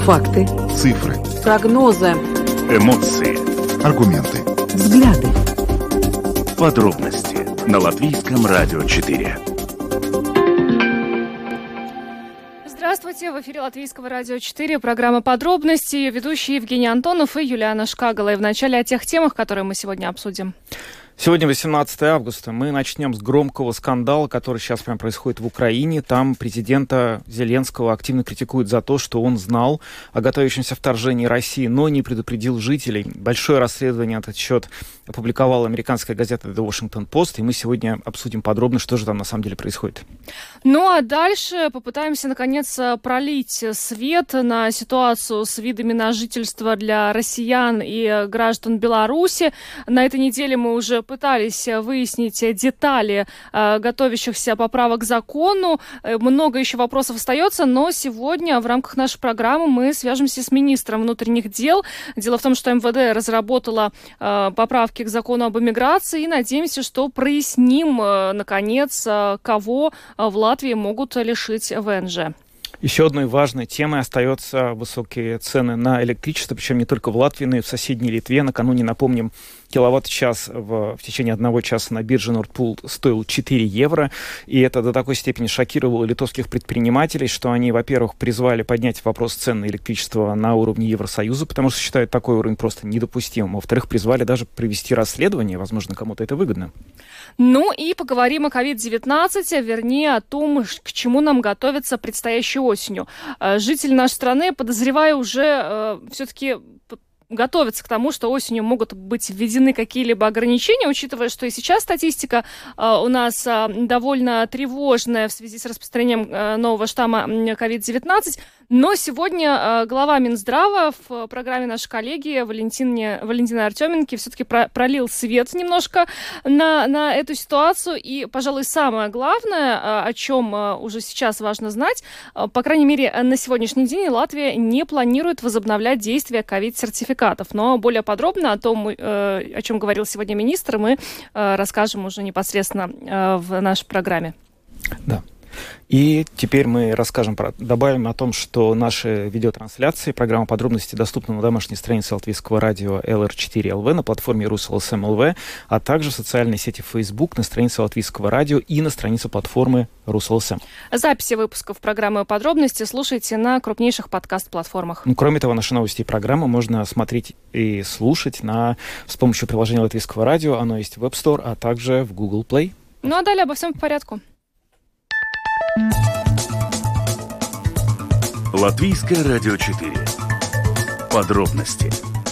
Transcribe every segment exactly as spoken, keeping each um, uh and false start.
Факты. Цифры. Прогнозы. Эмоции. Аргументы. Взгляды. Подробности на Латвийском радио четыре. Здравствуйте, в эфире Латвийского радио четыре, программа «Подробности», ее ведущие Евгений Антонов и Юлиана Шкагала. И вначале о тех темах, которые мы сегодня обсудим. Сегодня восемнадцатое августа. Мы начнем с громкого скандала, который сейчас прям происходит в Украине. Там президента Зеленского активно критикуют за то, что он знал о готовящемся вторжении России, но не предупредил жителей. Большое расследование на этот счет опубликовала американская газета The Washington Post, и мы сегодня обсудим подробно, что же там на самом деле происходит. Ну а дальше попытаемся, наконец, пролить свет на ситуацию с видами на жительство для россиян и граждан Беларуси. На этой неделе мы уже пытались выяснить детали э, готовящихся поправок к закону. Э, много еще вопросов остается, но сегодня в рамках нашей программы мы свяжемся с министром внутренних дел. Дело в том, что эм вэ дэ разработала э, поправки к закону об иммиграции, и надеемся, что проясним, э, наконец, э, кого э, в Латвии могут лишить вэ эн жэ. Еще одной важной темой остаются высокие цены на электричество, причем не только в Латвии, но и в соседней Литве. Накануне, напомним, киловатт-час в, в течение одного часа на бирже Nord Pool стоил четыре евро. И это до такой степени шокировало литовских предпринимателей, что они, во-первых, призвали поднять вопрос цен на электричество на уровне Евросоюза, потому что считают такой уровень просто недопустимым. Во-вторых, призвали даже провести расследование. Возможно, кому-то это выгодно. Ну и поговорим о ковид девятнадцать, вернее, о том, к чему нам готовиться предстоящей осенью. Жители нашей страны, подозреваю, уже э, все-таки готовятся к тому, что осенью могут быть введены какие-либо ограничения, учитывая, что и сейчас статистика э, у нас э, довольно тревожная в связи с распространением э, нового штамма ковид девятнадцать. Но сегодня э, глава Минздрава в программе нашей коллеги Валентине, Валентины Артеменки все-таки про, пролил свет немножко на, на эту ситуацию. И, пожалуй, самое главное, э, о чем э, уже сейчас важно знать, э, по крайней мере, на сегодняшний день Латвия не планирует возобновлять действие ковид-сертификатов. Но более подробно о том, э, о чем говорил сегодня министр, мы э, расскажем уже непосредственно э, в нашей программе. Да. И теперь мы расскажем, про, добавим о том, что наши видеотрансляции, программа «Подробности» доступны на домашней странице Латвийского радио эл эр четыре эл ви, на платформе RusLSM эл ви, а также в социальной сети Facebook, на странице Латвийского радио и на странице платформы RusLSM. Записи выпусков программы «Подробности» слушайте на крупнейших подкаст-платформах. Ну, кроме того, наши новости и программы можно смотреть и слушать на, с помощью приложения Латвийского радио. Оно есть в App Store, а также в Google Play. Ну а далее обо всем по порядку. Латвийское радио четыре. Подробности.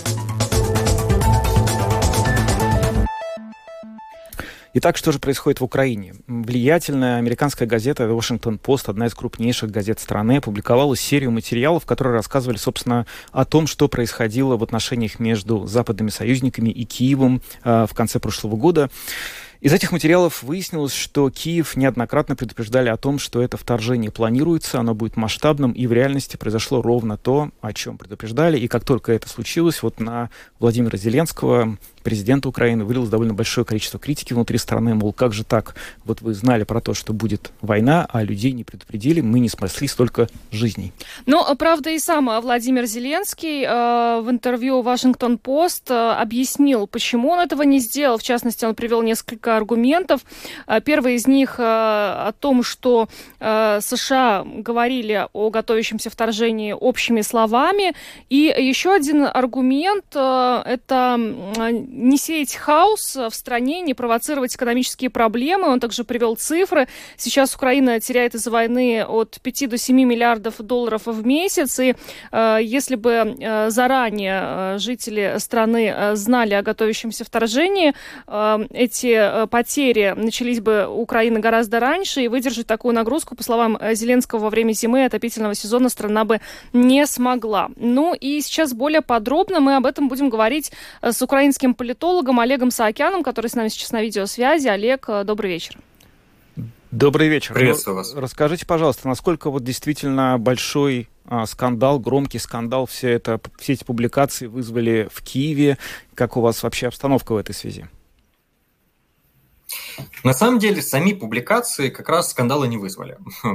Итак, что же происходит в Украине? Влиятельная американская газета The Washington Post, одна из крупнейших газет страны, опубликовала серию материалов, которые рассказывали, собственно, о том, что происходило в отношениях между западными союзниками и Киевом э, в конце прошлого года. Из этих материалов выяснилось, что Киев неоднократно предупреждали о том, что это вторжение планируется, оно будет масштабным, и в реальности произошло ровно то, о чем предупреждали. И как только это случилось, вот на Владимира Зеленского, президента Украины, вылилось довольно большое количество критики внутри страны, мол, как же так, вот вы знали про то, что будет война, а людей не предупредили, мы не спасли столько жизней. Но, правда, и сам Владимир Зеленский э, в интервью Washington Post э, объяснил, почему он этого не сделал. В частности, он привел несколько аргументов. Первый из них э, о том, что э, США говорили о готовящемся вторжении общими словами. И еще один аргумент э, – это не сеять хаос в стране, не провоцировать экономические проблемы. Он также привел цифры. Сейчас Украина теряет из-за войны от пяти до семи миллиардов долларов в месяц. И э, если бы э, заранее э, жители страны э, знали о готовящемся вторжении, э, эти потери начались бы у Украины гораздо раньше, и выдержать такую нагрузку, по словам Зеленского, во время зимы отопительного сезона страна бы не смогла. Ну и сейчас более подробно мы об этом будем говорить с украинским политологом Олегом Саакяном, который с нами сейчас на видеосвязи. Олег, добрый вечер. Добрый вечер. Приветствую вас. Расскажите, пожалуйста, насколько вот действительно большой а, скандал, громкий скандал, все, это, все эти публикации вызвали в Киеве? Как у вас вообще обстановка в этой связи? На самом деле, сами публикации как раз скандала не вызвали.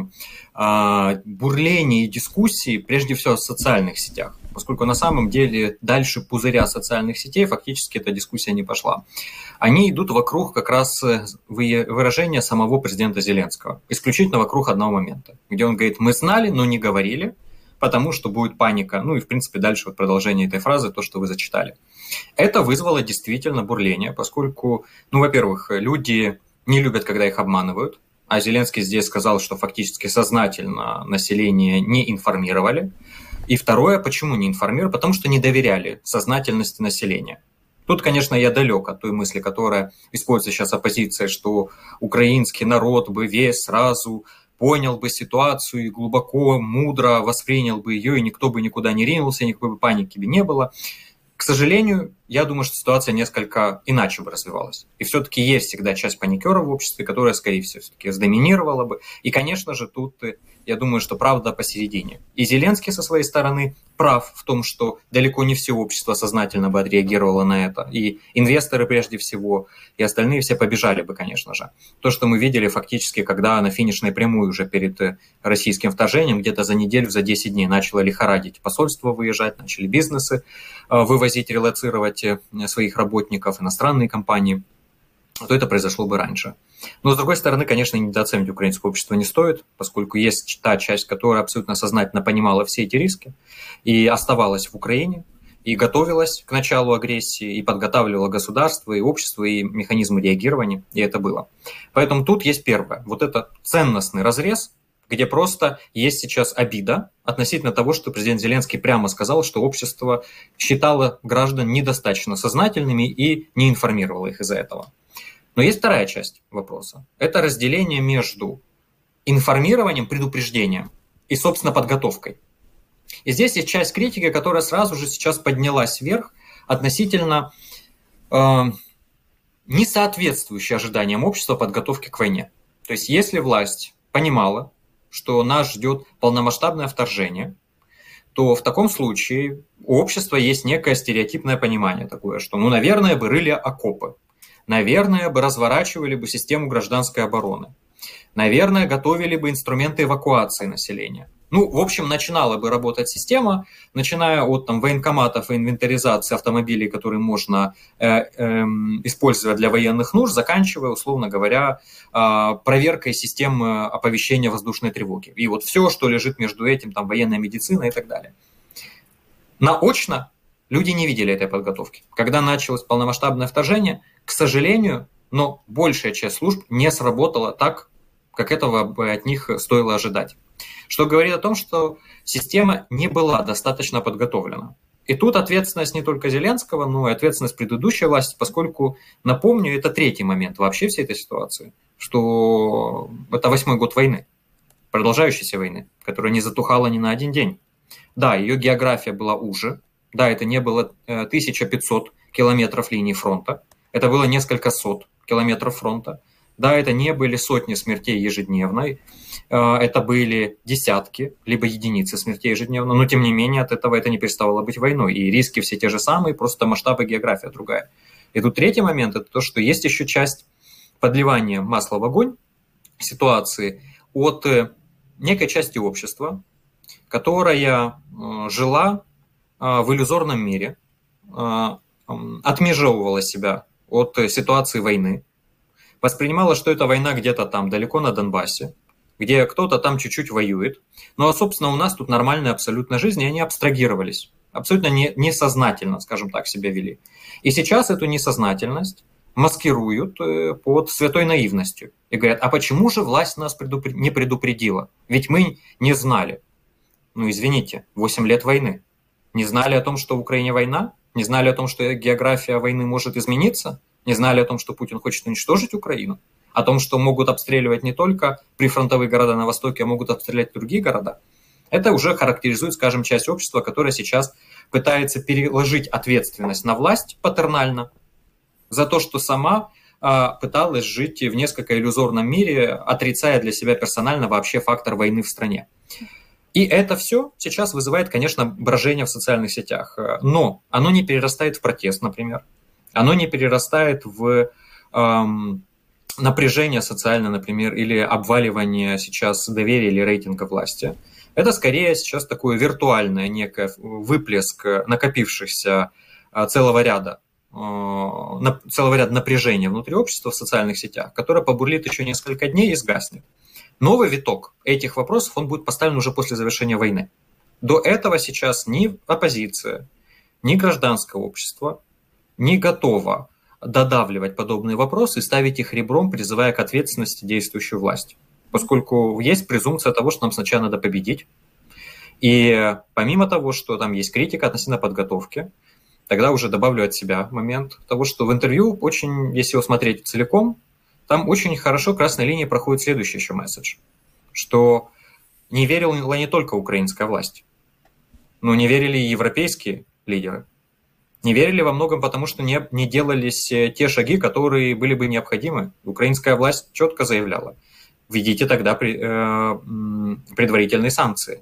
Бурление и дискуссии, прежде всего, в социальных сетях, поскольку на самом деле дальше пузыря социальных сетей фактически эта дискуссия не пошла. Они идут вокруг как раз выражения самого президента Зеленского, исключительно вокруг одного момента, где он говорит: мы знали, но не говорили, потому что будет паника. Ну и, в принципе, дальше вот продолжение этой фразы, то, что вы зачитали. Это вызвало действительно бурление, поскольку, ну, во-первых, люди не любят, когда их обманывают, а Зеленский здесь сказал, что фактически сознательно население не информировали. И второе, почему не информировали? Потому что не доверяли сознательности населения. Тут, конечно, я далек от той мысли, которая используется сейчас оппозицией, что украинский народ бы весь сразу понял бы ситуацию и глубоко, мудро воспринял бы ее, и никто бы никуда не ринулся, никакой бы паники бы не было. К сожалению, я думаю, что ситуация несколько иначе бы развивалась. И все-таки есть всегда часть паникеров в обществе, которая, скорее всего, все-таки сдоминировала бы. И, конечно же, тут, я думаю, что правда посередине. И Зеленский со своей стороны прав в том, что далеко не все общество сознательно бы отреагировало на это. И инвесторы прежде всего, и остальные все побежали бы, конечно же. То, что мы видели фактически, когда на финишной прямой уже перед российским вторжением, где-то за неделю, за десять дней начало лихорадить посольство выезжать, начали бизнесы вывозить, релоцировать своих работников, иностранные компании, то это произошло бы раньше. Но, с другой стороны, конечно, недооценивать украинское общество не стоит, поскольку есть та часть, которая абсолютно сознательно понимала все эти риски и оставалась в Украине, и готовилась к началу агрессии, и подготавливала государство, и общество, и механизмы реагирования, и это было. Поэтому тут есть первое. Вот это ценностный разрез, где просто есть сейчас обида относительно того, что президент Зеленский прямо сказал, что общество считало граждан недостаточно сознательными и не информировало их из-за этого. Но есть вторая часть вопроса. Это разделение между информированием, предупреждением и, собственно, подготовкой. И здесь есть часть критики, которая сразу же сейчас поднялась вверх относительно э, несоответствующей ожиданиям общества подготовки к войне. То есть если власть понимала, что нас ждет полномасштабное вторжение, то в таком случае у общества есть некое стереотипное понимание такое, что, ну, наверное, бы рыли окопы, наверное, бы разворачивали бы систему гражданской обороны, наверное, готовили бы инструменты эвакуации населения. Ну, в общем, начинала бы работать система, начиная от там, военкоматов и инвентаризации автомобилей, которые можно э, э, использовать для военных нужд, заканчивая, условно говоря, э, проверкой системы оповещения воздушной тревоги. И вот все, что лежит между этим, там, военная медицина и так далее. Наочно люди не видели этой подготовки. Когда началось полномасштабное вторжение, к сожалению, но большая часть служб не сработала так, как этого бы от них стоило ожидать. Что говорит о том, что система не была достаточно подготовлена. И тут ответственность не только Зеленского, но и ответственность предыдущей власти, поскольку, напомню, это третий момент вообще всей этой ситуации, что это восьмой год войны, продолжающейся войны, которая не затухала ни на один день. Да, ее география была уже, да, это не было тысяча пятьсот километров линии фронта, это было несколько сот километров фронта. Да, это не были сотни смертей ежедневно, это были десятки, либо единицы смертей ежедневно, но тем не менее от этого это не переставало быть войной. И риски все те же самые, просто масштаб и география другая. И тут третий момент – это то, что есть еще часть подливания масла в огонь ситуации от некой части общества, которая жила в иллюзорном мире, отмежевывала себя от ситуации войны, воспринимала, что это война где-то там, далеко на Донбассе, где кто-то там чуть-чуть воюет. Ну а, собственно, у нас тут нормальная абсолютная жизнь, и они абстрагировались. Абсолютно не, несознательно, скажем так, себя вели. И сейчас эту несознательность маскируют под святой наивностью. И говорят, а почему же власть нас предупр... не предупредила? Ведь мы не знали. Ну, извините, восемь лет войны. Не знали о том, что в Украине война? Не знали о том, что география войны может измениться? Не знали о том, что Путин хочет уничтожить Украину? О том, что могут обстреливать не только прифронтовые города на востоке, а могут обстрелять другие города? Это уже характеризует, скажем, часть общества, которая сейчас пытается переложить ответственность на власть патернально за то, что сама а, пыталась жить в несколько иллюзорном мире, отрицая для себя персонально вообще фактор войны в стране. И это все сейчас вызывает, конечно, брожение в социальных сетях. Но оно не перерастает в протест, например. Оно не перерастает в эм, напряжение социальное, например, или обваливание сейчас доверия или рейтинга власти. Это скорее сейчас такое виртуальное некое выплеск накопившихся целого ряда, целого ряда напряжения внутри общества в социальных сетях, которое побурлит еще несколько дней и сгаснет. Новый виток этих вопросов, он будет поставлен уже после завершения войны. До этого сейчас ни оппозиция, ни гражданское общество не готово додавливать подобные вопросы и ставить их ребром, призывая к ответственности действующую власть. Поскольку есть презумпция того, что нам сначала надо победить. И помимо того, что там есть критика относительно подготовки, тогда уже добавлю от себя момент того, что в интервью очень, если его смотреть целиком, там очень хорошо красной линией проходит следующий еще месседж, что не верила не только украинская власть, но не верили и европейские лидеры. Не верили во многом потому, что не, не делались те шаги, которые были бы необходимы. Украинская власть четко заявляла: введите тогда при, э, предварительные санкции,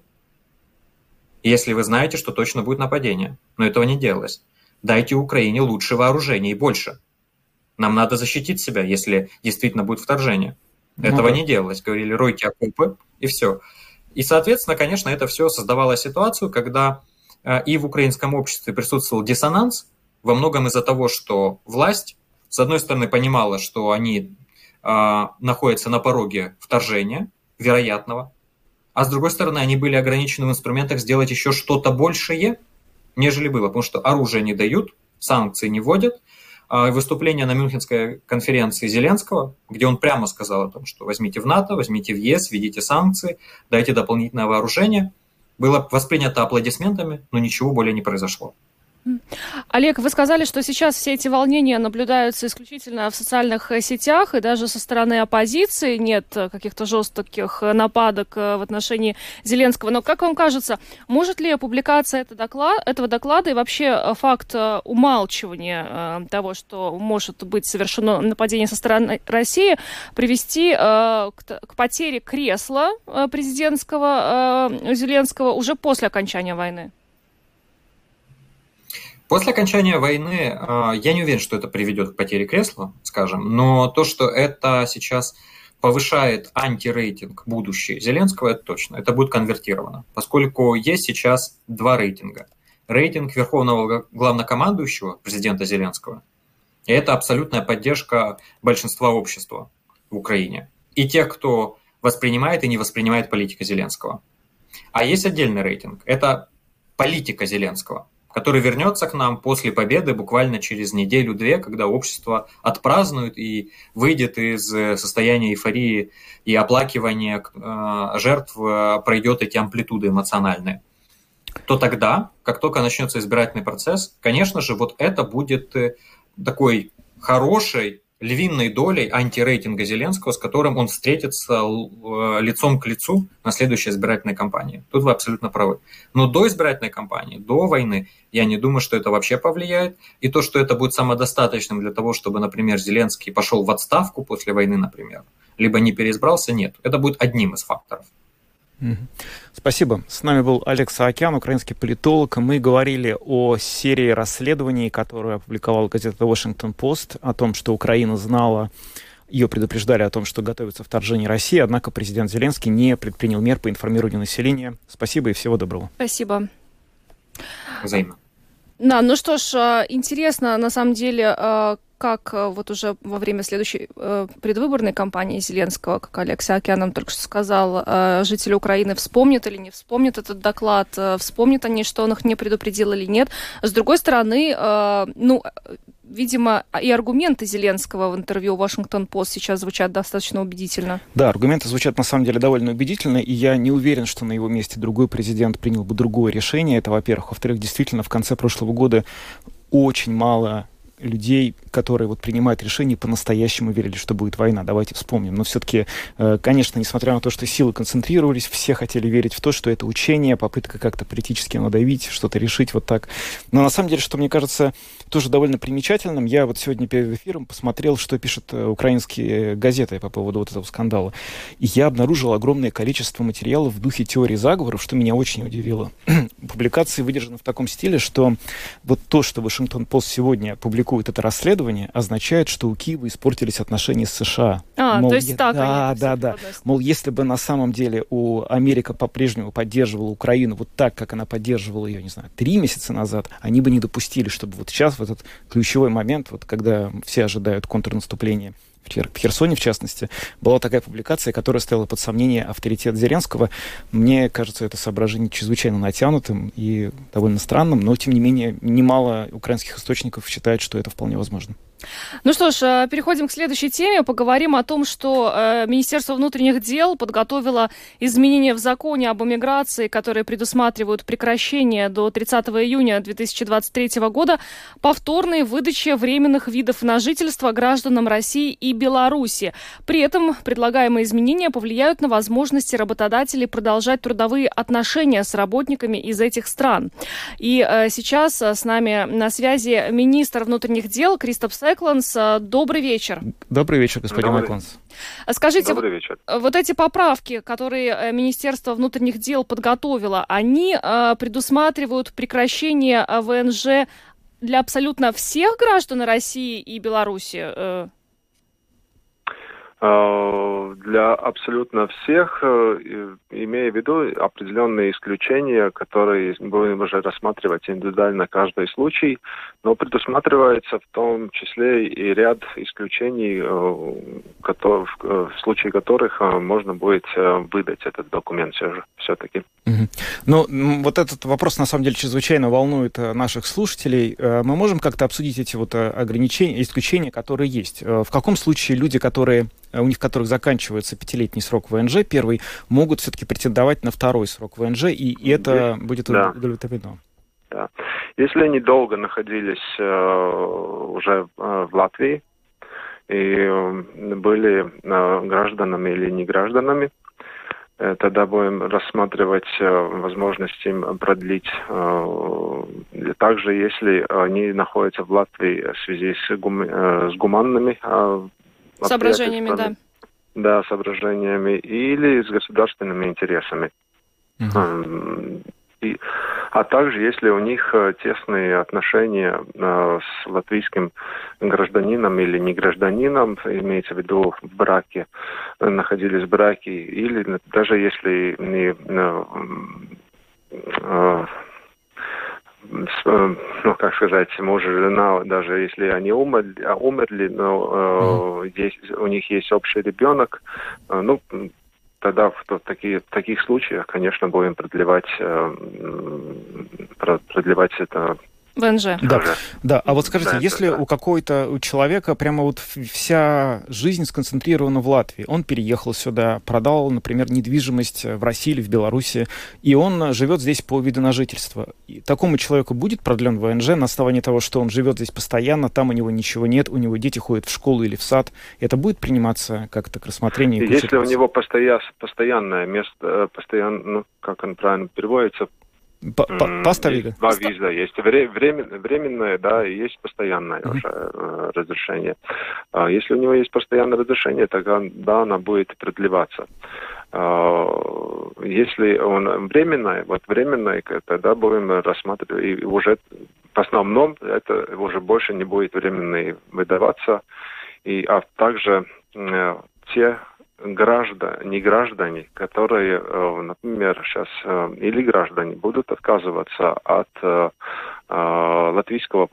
если вы знаете, что точно будет нападение. Но этого не делалось. Дайте Украине лучше вооружения и больше. Нам надо защитить себя, если действительно будет вторжение. Этого ну, не делалось. Говорили: ройте окопы, и все. И, соответственно, конечно, это все создавало ситуацию, когда и в украинском обществе присутствовал диссонанс, во многом из-за того, что власть, с одной стороны, понимала, что они э, находятся на пороге вторжения вероятного, а с другой стороны, они были ограничены в инструментах сделать еще что-то большее, нежели было, потому что оружие не дают, санкции не вводят. Э, выступление на Мюнхенской конференции Зеленского, где он прямо сказал о том, что возьмите в НАТО, возьмите в ЕС, введите санкции, дайте дополнительное вооружение, было воспринято аплодисментами, но ничего более не произошло. Олег, вы сказали, что сейчас все эти волнения наблюдаются исключительно в социальных сетях, и даже со стороны оппозиции нет каких-то жестких нападок в отношении Зеленского. Но, как вам кажется, может ли публикация этого доклада, этого доклада и вообще факт умалчивания того, что может быть совершено нападение со стороны России, привести к потере кресла президентского Зеленского уже после окончания войны? После окончания войны я не уверен, что это приведет к потере кресла, скажем, но то, что это сейчас повышает антирейтинг будущий Зеленского, это точно, это будет конвертировано, поскольку есть сейчас два рейтинга. Рейтинг верховного главнокомандующего, президента Зеленского, и это абсолютная поддержка большинства общества в Украине, и тех, кто воспринимает и не воспринимает политику Зеленского. А есть отдельный рейтинг, это политика Зеленского, который вернется к нам после победы буквально через неделю-две, когда общество отпразднует и выйдет из состояния эйфории и оплакивания жертв, пройдет эти амплитуды эмоциональные. То тогда, как только начнется избирательный процесс, конечно же, вот это будет такой хорошей, львиной долей антирейтинга Зеленского, с которым он встретится лицом к лицу на следующей избирательной кампании. Тут вы абсолютно правы. Но до избирательной кампании, до войны, я не думаю, что это вообще повлияет. И то, что это будет самодостаточным для того, чтобы, например, Зеленский пошел в отставку после войны, например, либо не переизбрался, нет. Это будет одним из факторов. Спасибо. С нами был Олег Саакян, украинский политолог. Мы говорили о серии расследований, которую опубликовала газета «Вашингтон Пост», о том, что Украина знала, ее предупреждали о том, что готовится вторжение России, однако президент Зеленский не предпринял мер по информированию населения. Спасибо и всего доброго. Спасибо. Взаимно. Да, ну что ж, интересно, на самом деле, как вот уже во время следующей предвыборной кампании Зеленского, как Олег Саакян нам только что сказал, жители Украины вспомнят или не вспомнят этот доклад, вспомнят они, что он их не предупредил или нет. С другой стороны, ну, видимо, и аргументы Зеленского в интервью «Вашингтон Пост» сейчас звучат достаточно убедительно. Да, аргументы звучат на самом деле довольно убедительно, и я не уверен, что на его месте другой президент принял бы другое решение. Это, во-первых. Во-вторых, действительно, в конце прошлого года очень мало людей, которые вот принимают решения, по-настоящему верили, что будет война. Давайте вспомним. Но все-таки, конечно, несмотря на то, что силы концентрировались, все хотели верить в то, что это учение, попытка как-то политически надавить, что-то решить вот так. Но на самом деле, что мне кажется тоже довольно примечательным, я вот сегодня перед эфиром посмотрел, что пишут украинские газеты по поводу вот этого скандала. И я обнаружил огромное количество материалов в духе теории заговоров, что меня очень удивило. Публикации выдержаны в таком стиле, что вот то, что Вашингтон Пост сегодня публикует, публикуют это расследование, означает, что у Киева испортились отношения с США. А, Мол, то есть е- так да, они да, да. Мол, если бы на самом деле у Америка по-прежнему поддерживала Украину вот так, как она поддерживала ее, не знаю, три месяца назад, они бы не допустили, чтобы вот сейчас, в этот ключевой момент, вот когда все ожидают контрнаступления в Хер- в Херсоне, в частности, была такая публикация, которая ставила под сомнение авторитет Зеленского. Мне кажется, это соображение чрезвычайно натянутым и довольно странным, но, тем не менее, немало украинских источников считают, что это вполне возможно. Ну что ж, переходим к следующей теме. Поговорим о том, что э, Министерство внутренних дел подготовило изменения в законе об эмиграции, которые предусматривают прекращение до тридцатого июня две тысячи двадцать третьего года повторной выдачи временных видов на жительство гражданам России и Беларуси. При этом предлагаемые изменения повлияют на возможности работодателей продолжать трудовые отношения с работниками из этих стран. И э, сейчас с нами на связи министр внутренних дел Кристоф Секланс. Добрый вечер. Добрый вечер, господин Добрый. Макланс. Скажите, Добрый вечер. вот эти поправки, которые Министерство внутренних дел подготовило, они э, предусматривают прекращение ВНЖ для абсолютно всех граждан России и Беларуси? Э? Для абсолютно всех, имея в виду определенные исключения, которые будем уже рассматривать индивидуально каждый случай, но предусматривается в том числе и ряд исключений, в случае которых можно будет выдать этот документ все же, все-таки. Угу. Ну, вот этот вопрос, на самом деле, чрезвычайно волнует наших слушателей. Мы можем как-то обсудить эти вот ограничения, исключения, которые есть? В каком случае люди, которые, у них, которых заканчивается пятилетний срок ВНЖ, первый, могут все-таки претендовать на второй срок ВНЖ, и это Здесь, будет да. удовлетворено? Да. Если они долго находились э, уже э, в Латвии и э, были э, гражданами или не гражданами, э, тогда будем рассматривать э, возможность им продлить. Э, также, если они находятся в Латвии в связи с, гум, э, с гуманными э, соображениями, да. Да, соображениями или с государственными интересами. Uh-huh. И, а также, если у них тесные отношения э, с латвийским гражданином или не гражданином, имеется в виду в браке, находились в браке, или даже если не... Э, э, ну, как сказать, муж и жена, даже если они умерли, умерли но э, есть, у них есть общий ребенок, э, ну, тогда в, в, такие, в таких случаях, конечно, будем продлевать, э, продлевать это. ВНЖ. Да, да. А вот скажите, да, если да. у какой-то у человека прямо вот вся жизнь сконцентрирована в Латвии, он переехал сюда, продал, например, недвижимость в России или в Беларуси, и он живет здесь по виду на жительство, и такому человеку будет продлен ВНЖ на основании того, что он живет здесь постоянно, там у него ничего нет, у него дети ходят в школу или в сад, это будет приниматься как-то к рассмотрению? Если у него постоя... постоянное место, постоянно, ну, как он правильно переводится, Поставили? Два виза есть. Времен, временное, да, и есть постоянное mm-hmm. уже э, разрешение. А если у него есть постоянное разрешение, тогда да, она будет продлеваться. А, если он временное, вот временное, тогда будем рассматривать, и уже в основном это уже больше не будет временное выдаваться. И, а также э, те граждане, не граждане, которые, например, сейчас или граждане будут отказываться от э, латвийского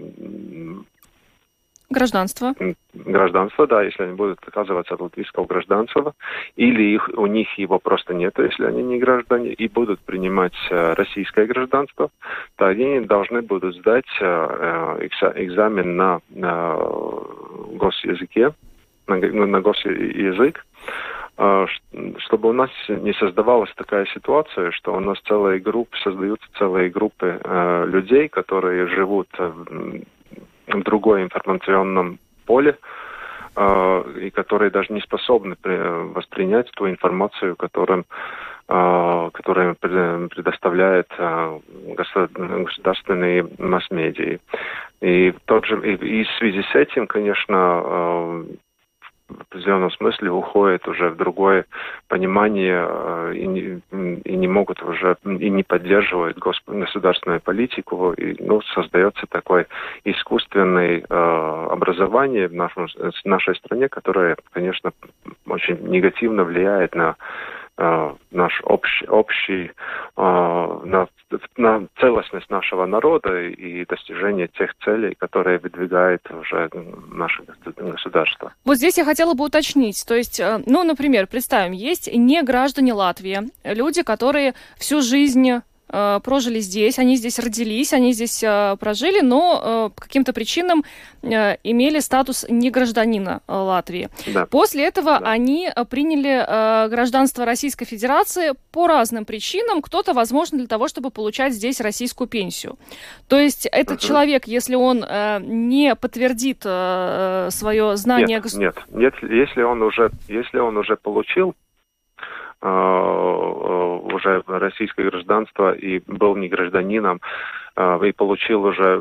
гражданства. Гражданства, да, если они будут отказываться от латвийского гражданства, или их, у них его просто нет, если они не граждане, и будут принимать российское гражданство, то они должны будут сдать э, экзамен на, на госязыке, на, на госязык, чтобы у нас не создавалась такая ситуация, что у нас целые группы, создаются целые группы э, людей, которые живут в, в другом информационном поле, э, и которые даже не способны при, воспринять ту информацию, которым, э, которую предоставляет э, государственные масс-медиа. И, тот же, и, и в связи с этим, конечно, э, в определенном смысле уходят уже в другое понимание и не, и не могут уже, и не поддерживают государственную политику, и, ну, создается такое искусственное э, образование в, нашем, в нашей стране, которое, конечно, очень негативно влияет на наш общий, общий на, на целостность нашего народа и достижение тех целей, которые выдвигает уже наше государство. Вот здесь я хотела бы уточнить. То есть, ну, например, представим, есть не граждане Латвии, люди, которые всю жизнь прожили здесь, они здесь родились, они здесь э, прожили, но э, по каким-то причинам э, имели статус не гражданина э, Латвии. Да. После этого да. они приняли э, гражданство Российской Федерации по разным причинам. Кто-то, возможно, для того, чтобы получать здесь российскую пенсию. То есть этот uh-huh. человек, если он э, не подтвердит э, свое знание... Нет, нет, нет, если он уже, если он уже получил уже российское гражданство и был не гражданином, и получил уже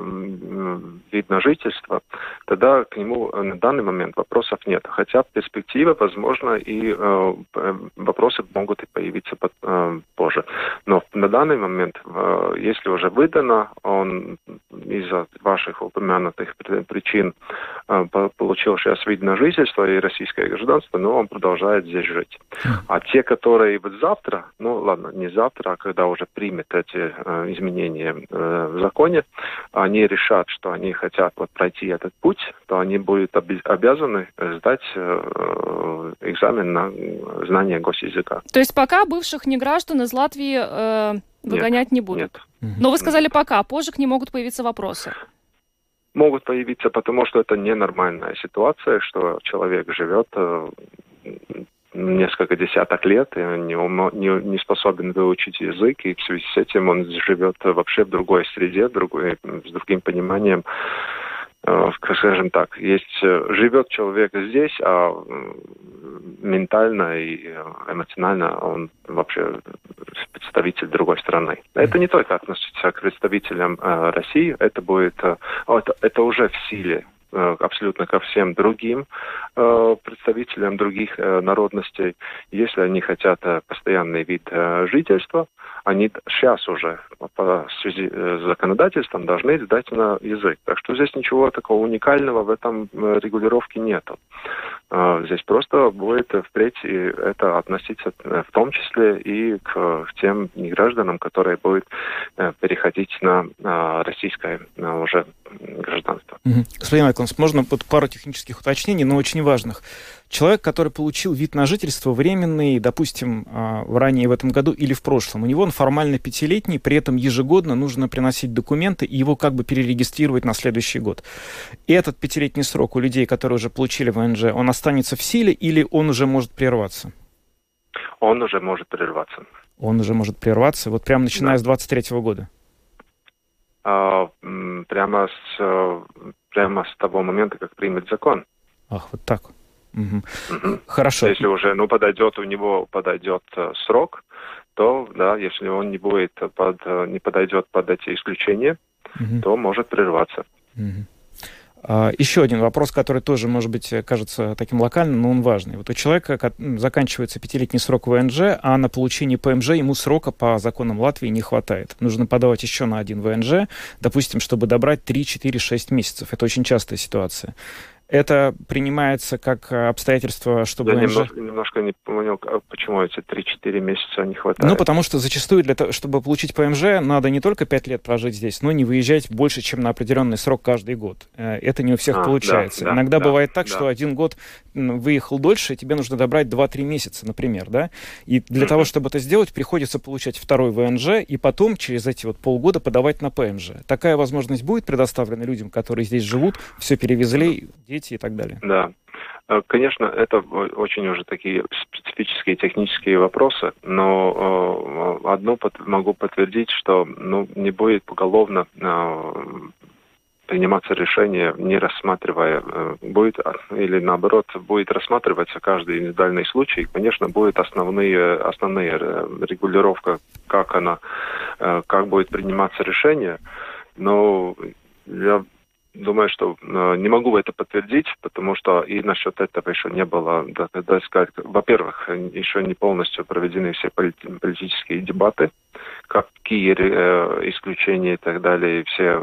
вид на жительство, тогда к нему на данный момент вопросов нет. Хотя в перспективе, возможно, и вопросы могут и появиться позже. Но на данный момент, если уже выдано, он из-за ваших упомянутых причин получил сейчас вид на жительство и российское гражданство, но он продолжает здесь жить. А те, которые вот завтра, ну ладно, не завтра, а когда уже примет эти изменения в законе, они решат, что они хотят вот пройти этот путь, то они будут обязаны сдать э, экзамен на знание госязыка. То есть пока бывших неграждан из Латвии э, выгонять нет, не будут? Нет. Но вы сказали пока, позже к ним могут появиться вопросы. Могут появиться, потому что это ненормальная ситуация, что человек живет э, несколько десяток лет, и он не, не, не способен выучить язык, и в связи с этим он живет вообще в другой среде, другой, с другим пониманием, э, скажем так. Есть, живет человек здесь, а ментально и эмоционально он вообще представитель другой страны. Это не только относится к представителям э, России, это будет, э, это, это уже в силе абсолютно ко всем другим э, представителям других э, народностей. Если они хотят э, постоянный вид э, жительства, они сейчас уже по связи с законодательством должны сдать на язык. Так что здесь ничего такого уникального в этом э, регулировке нету. Э, здесь просто будет впредь и это относиться э, в том числе и к, к тем негражданам, которые будут э, переходить на э, российское на уже гражданство. Господин Майклс, можно под пару технических уточнений, но очень важных. Человек, который получил вид на жительство временный, допустим, ранее в этом году или в прошлом, у него он формально пятилетний, при этом ежегодно нужно приносить документы и его как бы перерегистрировать на следующий год. И этот пятилетний срок у людей, которые уже получили ВНЖ, он останется в силе или он уже может прерваться? Он уже может прерваться. Он уже может прерваться, вот прямо начиная да. с двадцать третьего года? А, прямо, с, прямо с того момента, как примет закон. Ах, вот так. Угу. Угу. Хорошо. Если уже, ну, подойдет, у него подойдет срок, то, да, если он не будет, под, не подойдет под эти исключения, угу. то может прерваться. Угу. А, еще один вопрос, который тоже, может быть, кажется таким локальным, но он важный. Вот у человека заканчивается пятилетний срок ВНЖ, а на получение ПМЖ ему срока по законам Латвии не хватает. Нужно подавать еще на один ВНЖ, допустим, чтобы добрать три, четыре, шесть месяцев. Это очень частая ситуация. Это принимается как обстоятельство, чтобы... Я немножко, немножко не понял, почему эти три-четыре месяца не хватает. Ну, потому что зачастую, для того, чтобы получить ПМЖ, надо не только пять лет прожить здесь, но не выезжать больше, чем на определенный срок каждый год. Это не у всех а, получается. Да, Иногда да, бывает так, да. что один год выехал дольше, и тебе нужно добрать два-три месяца, например, да? И для mm-hmm. того, чтобы это сделать, приходится получать второй ВНЖ, и потом через эти вот полгода подавать на ПМЖ. Такая возможность будет предоставлена людям, которые здесь живут, все перевезли, дети и так далее. Да. Конечно, это очень уже такие специфические технические вопросы, но одно могу подтвердить, что ну, не будет поголовно приниматься решение, не рассматривая, будет или наоборот, будет рассматриваться каждый индивидуальный случай. Конечно, будет основные, основные регулировка, как она, как будет приниматься решение, но я думаю, что э, не могу это подтвердить, потому что и насчет этого еще не было, да, да, сказать, во-первых, еще не полностью проведены все политические дебаты, какие э, исключения и так далее, все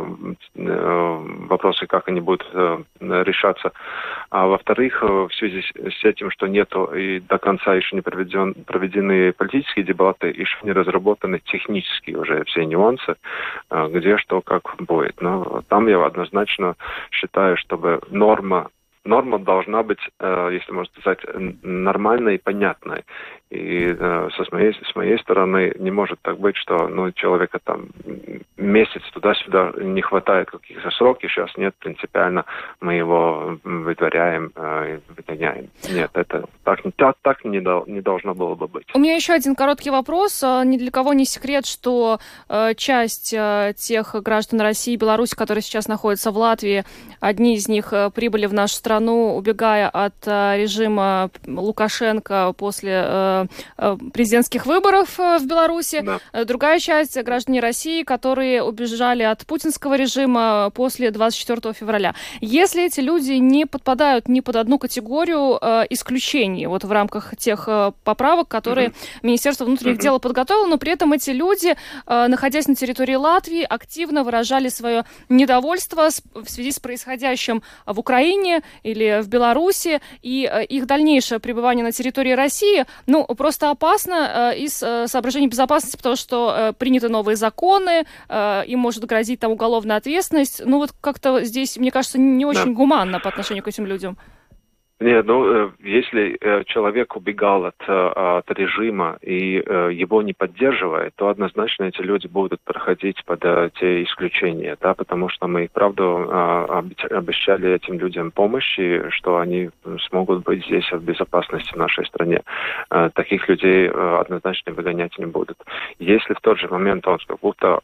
э, вопросы, как они будут э, решаться. А во-вторых, в связи с этим, что нету и до конца еще не проведен, проведены политические дебаты, еще не разработаны технические уже все нюансы, э, где что как будет. Но там я однозначно считаю, чтобы норма Норма должна быть, если можно сказать, нормальной и понятной. И со моей, с моей стороны не может так быть, что ну, человека там месяц туда-сюда не хватает каких-то сроков, сейчас нет, принципиально мы его выдворяем и выгоняем. Нет, это так, так, так не, до, не должно было бы быть. У меня еще один короткий вопрос. Ни для кого не секрет, что часть тех граждан России и Беларуси, которые сейчас находятся в Латвии, одни из них прибыли в нашу страну, убегая от э, режима Лукашенко после э, э, президентских выборов э, в Беларуси. Да. Другая часть — граждане России, которые убежали от путинского режима после двадцать четвёртого февраля. Если эти люди не подпадают ни под одну категорию э, исключений вот в рамках тех э, поправок, которые mm-hmm. Министерство внутренних mm-hmm. дел подготовило, но при этом эти люди, э, находясь на территории Латвии, активно выражали свое недовольство с, в связи с происходящим в Украине или в Беларуси, и э, их дальнейшее пребывание на территории России, ну, просто опасно э, из э, соображений безопасности, потому что э, приняты новые законы, э, им может грозить там уголовная ответственность. Ну, вот как-то здесь, мне кажется, не очень да. гуманно по отношению к этим людям. Нет, ну, если человек убегал от, от режима и его не поддерживает, то однозначно эти люди будут проходить под те исключения, да, потому что мы, правда, обещали этим людям помощь, и что они смогут быть здесь в безопасности в нашей стране. Таких людей однозначно выгонять не будут. Если в тот же момент он как будто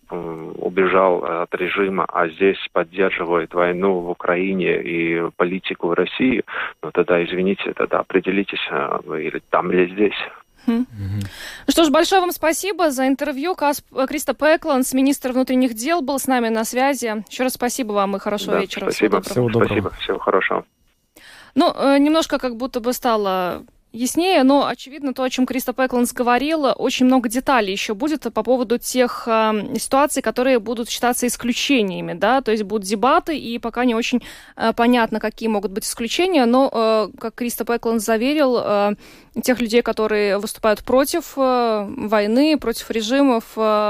убежал от режима, а здесь поддерживает войну в Украине и политику в России, ну тогда, извините, тогда определитесь, вы или там, или здесь. Mm-hmm. Ну что ж, большое вам спасибо за интервью. Кас... Кристоф Экландс, министр внутренних дел, был с нами на связи. Еще раз спасибо вам и хорошего да, вечера. Спасибо. Всего доброго. Спасибо. Всего хорошего. Ну, немножко как будто бы стало яснее, но, очевидно, то, о чем Кристоф Экландс говорил, очень много деталей еще будет по поводу тех э, ситуаций, которые будут считаться исключениями, да, то есть будут дебаты, и пока не очень э, понятно, какие могут быть исключения, но, э, как Кристоф Экландс заверил, э, тех людей, которые выступают против э, войны, против режимов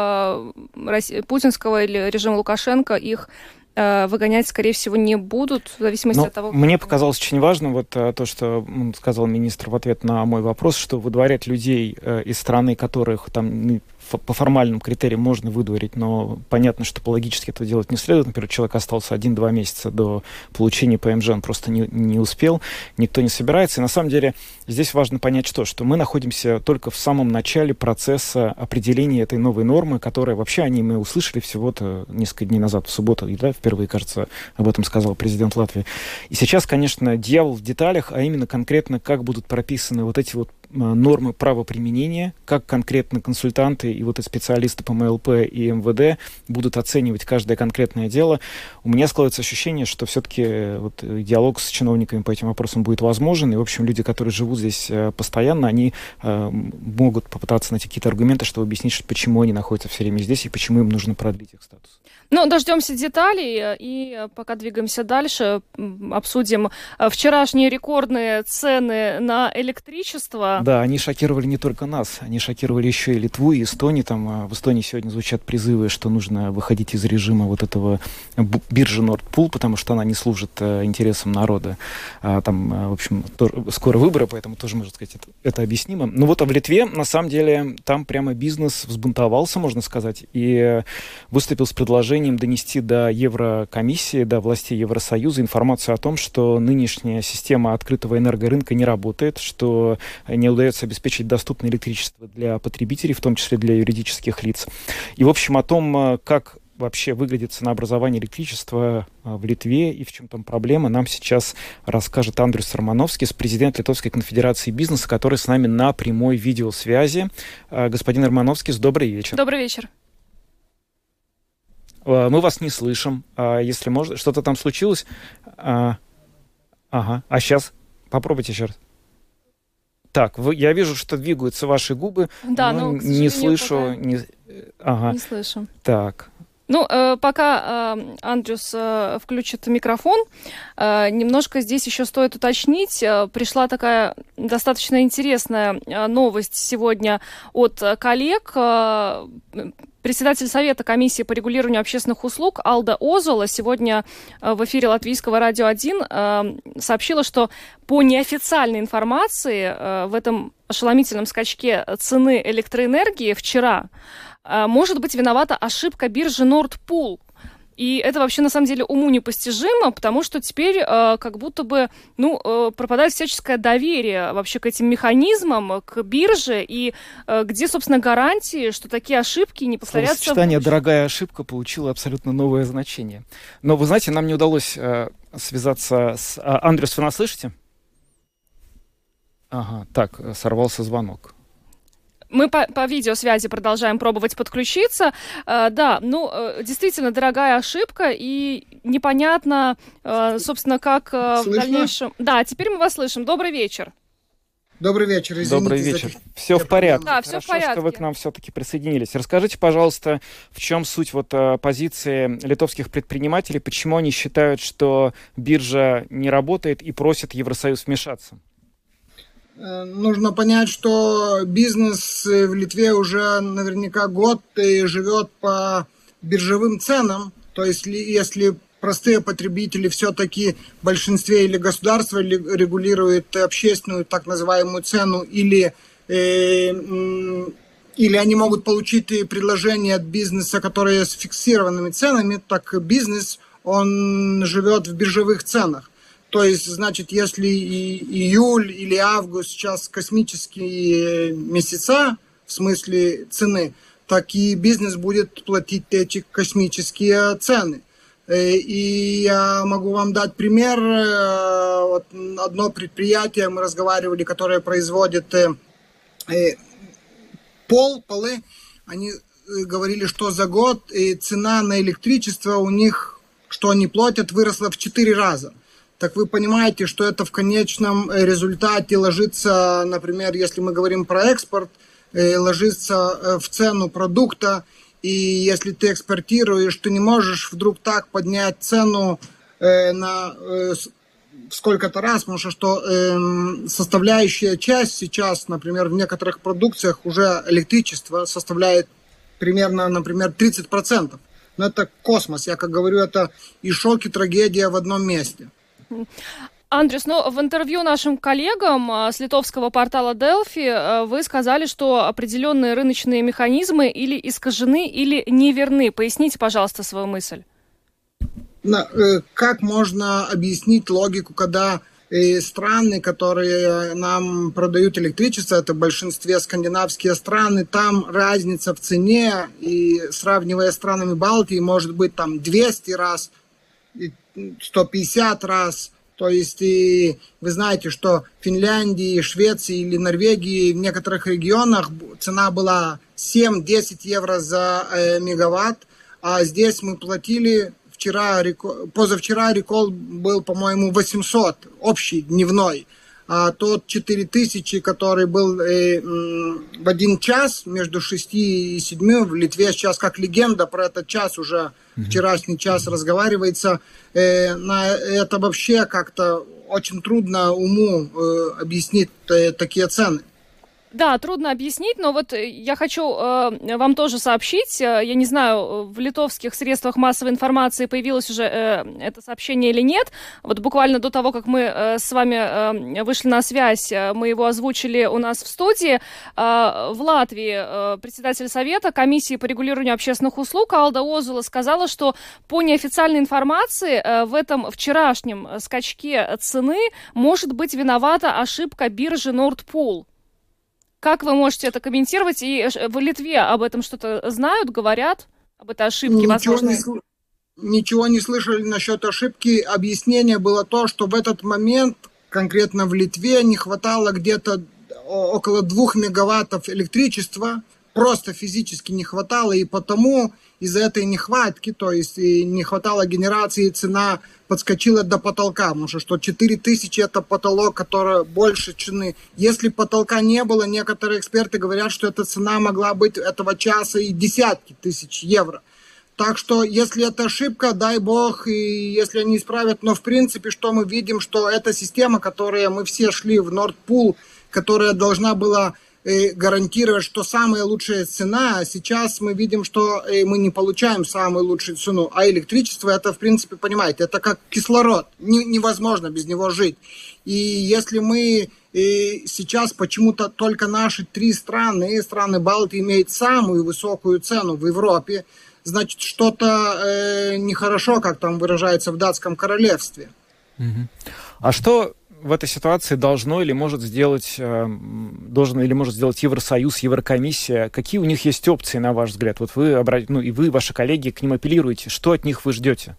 э, России, путинского или режима Лукашенко, их выгонять, скорее всего, не будут, в зависимости Но от того... Мне показалось очень важным вот то, что сказал министр в ответ на мой вопрос, что выдворять людей из страны, которых там по формальным критериям можно выдворить, но понятно, что по логически этого делать не следует. Например, человек остался один-два месяца до получения ПМЖ, он просто не, не успел, никто не собирается. И на самом деле здесь важно понять что, что мы находимся только в самом начале процесса определения этой новой нормы, которая вообще, о ней мы услышали всего-то несколько дней назад, в субботу, да, впервые, кажется, об этом сказал президент Латвии. И сейчас, конечно, дьявол в деталях, а именно конкретно, как будут прописаны вот эти вот нормы правоприменения, как конкретно консультанты и вот и специалисты по МЛП и МВД будут оценивать каждое конкретное дело. У меня складывается ощущение, что все-таки вот диалог с чиновниками по этим вопросам будет возможен, и, в общем, люди, которые живут здесь постоянно, они э, могут попытаться найти какие-то аргументы, чтобы объяснить, почему они находятся все время здесь и почему им нужно продлить их статус. Ну, дождемся деталей, и пока двигаемся дальше, обсудим вчерашние рекордные цены на электричество. Да, они шокировали не только нас, они шокировали еще и Литву, и Эстонию. Там в Эстонии сегодня звучат призывы, что нужно выходить из режима вот этого биржи Nord Pool, потому что она не служит интересам народа. Там, в общем, скоро выборы, поэтому тоже, можно сказать, это, это объяснимо. Но вот а в Литве, на самом деле, там прямо бизнес взбунтовался, можно сказать, и выступил с предложением донести до Еврокомиссии, до властей Евросоюза информацию о том, что нынешняя система открытого энергорынка не работает, что не удается обеспечить доступное электричество для потребителей, в том числе для юридических лиц. И, в общем, о том, как вообще выглядит ценообразование электричества в Литве и в чем там проблема, нам сейчас расскажет Андрюс Романовскис, президент Литовской конфедерации бизнеса, который с нами на прямой видеосвязи. Господин Романовскис, добрый вечер. Добрый вечер. Мы вас не слышим. Если можно, что-то там случилось? Ага. А сейчас попробуйте еще раз. Так, вы, я вижу, что двигаются ваши губы, да, но, но не слышу. Не, ага. не слышу. Так. Ну, э, пока э, Андрюс э, включит микрофон, э, немножко здесь еще стоит уточнить. Э, пришла такая достаточно интересная э, новость сегодня от коллег. Э, председатель Совета комиссии по регулированию общественных услуг Алда Озола сегодня э, в эфире Латвийского радио один э, сообщила, что по неофициальной информации э, в этом ошеломительном скачке цены электроэнергии вчера может быть виновата ошибка биржи Nord Pool. И это вообще на самом деле уму непостижимо, потому что теперь э, как будто бы ну, э, пропадает всяческое доверие вообще к этим механизмам, к бирже, и э, где, собственно, гарантии, что такие ошибки не повторятся. Словосочетание «дорогая ошибка» получило абсолютно новое значение. Но, вы знаете, нам не удалось э, связаться с... А, Андрюс, вы нас слышите? Ага, так, сорвался звонок. Мы по, по видеосвязи продолжаем пробовать подключиться. Э, да, ну, э, действительно, дорогая ошибка, и непонятно, э, собственно, как э, в дальнейшем... Да, теперь мы вас слышим. Добрый вечер. Добрый вечер, извините. Добрый вечер. За... Все в порядке. Да, все Хорошо, в порядке. Что вы к нам все-таки присоединились. Расскажите, пожалуйста, в чем суть вот позиции литовских предпринимателей, почему они считают, что биржа не работает и просят Евросоюз вмешаться? Нужно понять, что бизнес в Литве уже наверняка год и живет по биржевым ценам. То есть, если простые потребители все-таки в большинстве или государство регулирует общественную так называемую цену, или, э, или они могут получить предложение от бизнеса, которое с фиксированными ценами, так бизнес, он живет в биржевых ценах. То есть, значит, если и июль или август сейчас космические месяца, в смысле цены, так и бизнес будет платить эти космические цены. И я могу вам дать пример. Вот одно предприятие, мы разговаривали, которое производит пол, полы, они говорили, что за год цена на электричество у них, что они платят, выросла в четыре раза. Так вы понимаете, что это в конечном результате ложится, например, если мы говорим про экспорт, ложится в цену продукта, и если ты экспортируешь, ты не можешь вдруг так поднять цену на сколько-то раз, потому что, что составляющая часть сейчас, например, в некоторых продукциях уже электричество составляет примерно, например, тридцать процентов. Но это космос, я как говорю, это и шок, и трагедия в одном месте. Андрюс, ну, в интервью нашим коллегам с литовского портала Delphi вы сказали, что определенные рыночные механизмы или искажены, или неверны. Поясните, пожалуйста, свою мысль. Как можно объяснить логику, когда страны, которые нам продают электричество, это в большинстве скандинавские страны, там разница в цене, и сравнивая с странами Балтии, может быть там двести раз, сто пятьдесят раз. То есть и вы знаете, что в Финляндии, Швеции или Норвегии в некоторых регионах цена была семь-десять евро за э, мегаватт, а здесь мы платили вчера, позавчера рекол был, по-моему, восемьсот, общий, дневной. А тот четыре тысячи, который был э, в один час между шести и семи, в Литве сейчас как легенда про этот час уже, вчерашний час разговаривается. Э, на это вообще как-то очень трудно уму э, объяснить э, такие цены. Да, трудно объяснить, но вот я хочу э, вам тоже сообщить, я не знаю, в литовских средствах массовой информации появилось уже э, это сообщение или нет. Вот буквально до того, как мы э, с вами э, вышли на связь, мы его озвучили у нас в студии. Э, в Латвии э, председатель Совета комиссии по регулированию общественных услуг Алда Озола сказала, что по неофициальной информации э, в этом вчерашнем скачке цены может быть виновата ошибка биржи Nord Pool. Как вы можете это комментировать? И в Литве об этом что-то знают, говорят? Об этой ошибке, ничего возможно? Не, ничего не слышали насчет ошибки. Объяснение было то, что в этот момент, конкретно в Литве, не хватало где-то около двух мегаваттов электричества просто физически не хватало, и потому из-за этой нехватки, то есть и не хватало генерации, цена подскочила до потолка, потому что, что четыре тысячи это потолок, который больше цены. Если потолка не было, некоторые эксперты говорят, что эта цена могла быть этого часа и десятки тысяч евро. Так что, если это ошибка, дай бог, и если они исправят, но в принципе, что мы видим, что эта система, которая мы все шли в Nord Pool, которая должна была э, гарантировать, что самая лучшая цена, а сейчас мы видим, что э, мы не получаем самую лучшую цену, а электричество, это, в принципе, понимаете, это как кислород, не, невозможно без него жить. И если мы э, сейчас почему-то только наши три страны, страны Балтии, имеют самую высокую цену в Европе, значит, что-то э, нехорошо, как там выражается в датском королевстве. Угу. А что в этой ситуации должно или может сделать, э, должен или может сделать Евросоюз, Еврокомиссия? Какие у них есть опции, на ваш взгляд? Вот вы, ну, и вы, ваши коллеги, к ним апеллируете. Что от них вы ждете?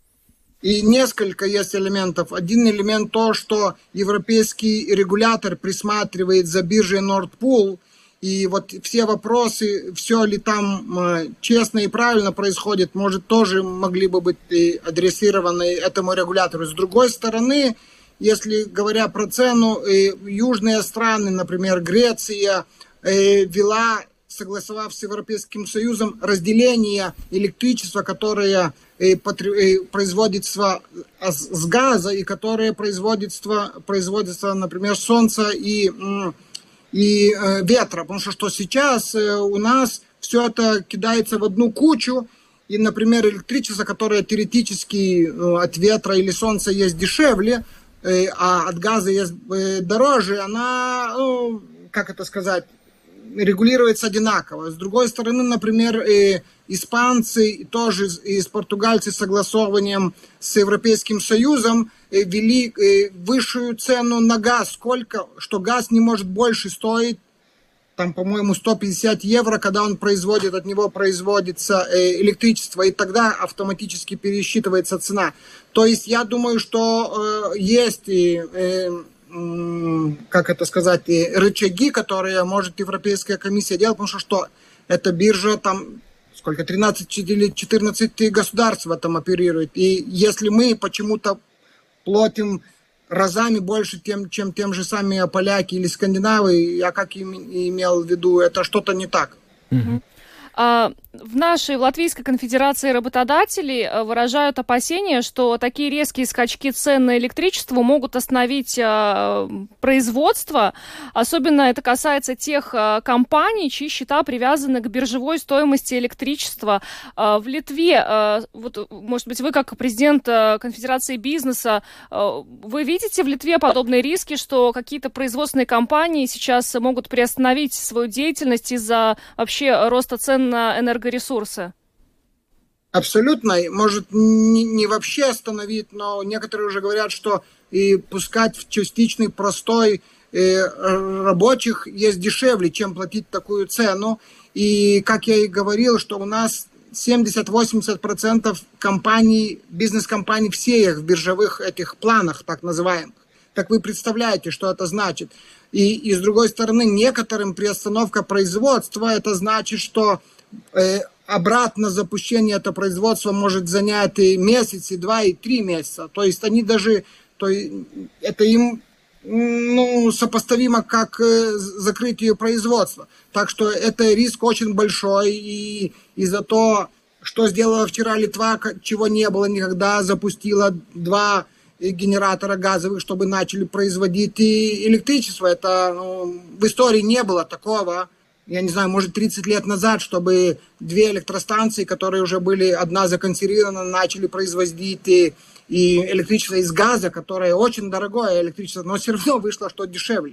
И несколько есть элементов. Один элемент то, что европейский регулятор присматривает за биржей Nord Pool. И вот все вопросы, все ли там э, честно и правильно происходит, может, тоже могли бы быть э, адресированы этому регулятору. С другой стороны, если говоря про цену, э, южные страны, например, Греция, э, вела, согласовав с Европейским Союзом, разделение электричества, которое э, потр... э, производится с газа и которое производится, производится, например, солнца и... М- и э, ветра, потому что, что сейчас э, у нас все это кидается в одну кучу, и, например, электричество, которое теоретически э, от ветра или солнца есть дешевле, э, а от газа есть э, дороже, она, ну, как это сказать, регулируется одинаково. С другой стороны, например, э, испанцы, тоже и с португальцы согласованием с Европейским Союзом э, ввели э, высшую цену на газ. Сколько? Что газ не может больше стоить, там, по-моему, сто пятьдесят евро, когда он производит, от него производится э, электричество, и тогда автоматически пересчитывается цена. То есть я думаю, что э, есть... Э, как это сказать, рычаги, которые может Европейская комиссия делать, потому что, что эта биржа там сколько, тринадцать или четырнадцать государств в этом оперирует. И если мы почему-то платим разами больше, тем, чем тем же сами поляки или скандинавы, я как им, имел в виду, это что-то не так. Mm-hmm. В нашей в Латвийской конфедерации работодателей выражают опасения, что такие резкие скачки цен на электричество могут остановить производство. Особенно это касается тех компаний, чьи счета привязаны к биржевой стоимости электричества. В Литве, вот, может быть, вы как президент конфедерации бизнеса, вы видите в Литве подобные риски, что какие-то производственные компании сейчас могут приостановить свою деятельность из-за вообще роста цен на энергоресурсы? Абсолютно. Может, не, не вообще остановить, но некоторые уже говорят, что и пускать в частичный простой э, рабочих есть дешевле, чем платить такую цену. И, как я и говорил, что у нас семьдесят-восемьдесят процентов компаний, бизнес-компаний, все их в биржевых этих планах, так называемых. Так вы представляете, что это значит. И, и с другой стороны, некоторым приостановка производства, это значит, что э, обратно запущение этого производства может занять и месяц, и два, и три месяца. То есть они даже, то, это им ну, сопоставимо как э, закрытие производства. Так что это риск очень большой. И, и за то, что сделала вчера Литва, чего не было никогда, запустила два генератора газовых, чтобы начали производить и электричество. Это ну, в истории не было такого. Я не знаю, может, тридцать лет назад, чтобы две электростанции, которые уже были одна законсервирована, начали производить и, и электричество из газа, которое очень дорогое электричество, но все равно вышло, что дешевле.